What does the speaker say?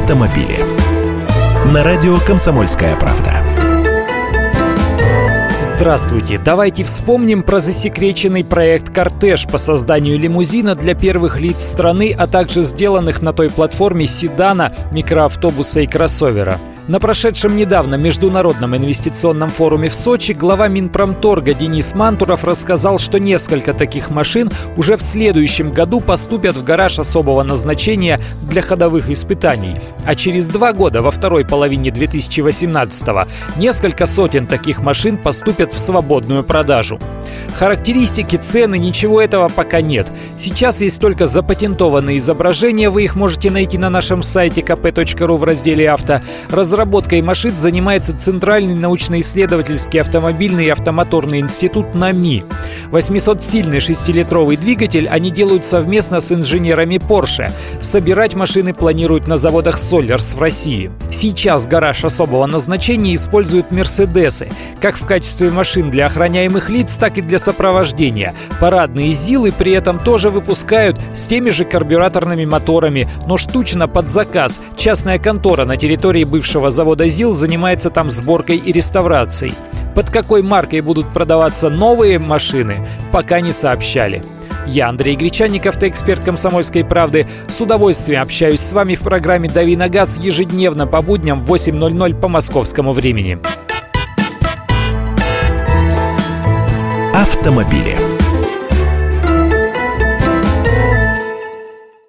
автомобили. На радио «Комсомольская правда». Здравствуйте! Давайте вспомним про засекреченный проект «Кортеж» по созданию лимузина для первых лиц страны, а также сделанных на той платформе седана, микроавтобуса и кроссовера. На прошедшем недавно Международном инвестиционном форуме в Сочи глава Минпромторга Денис Мантуров рассказал, что несколько таких машин уже в следующем году поступят в гараж особого назначения для ходовых испытаний. А через 2 года, во второй половине 2018-го, несколько сотен таких машин поступят в свободную продажу. Характеристики, цены, ничего этого пока нет. Сейчас есть только запатентованные изображения, вы их можете найти на нашем сайте kp.ru в разделе «Авто». Разработкой машин занимается Центральный научно-исследовательский автомобильный и автомоторный институт НАМИ. 800-сильный 6-литровый двигатель они делают совместно с инженерами Porsche. Собирать машины планируют на заводах Solers в России. Сейчас гараж особого назначения используют «Мерседесы», как в качестве машин для охраняемых лиц, так и для сопровождения. Парадные ЗИЛы при этом тоже выпускают с теми же карбюраторными моторами, но штучно под заказ. Частная контора на территории бывшего завода ЗИЛ занимается там сборкой и реставрацией. Под какой маркой будут продаваться новые машины, пока не сообщали. Я, Андрей Гречанник, автоэксперт «Комсомольской правды». С удовольствием общаюсь с вами в программе «Дави на газ» ежедневно по будням в 8:00 по московскому времени. Автомобили.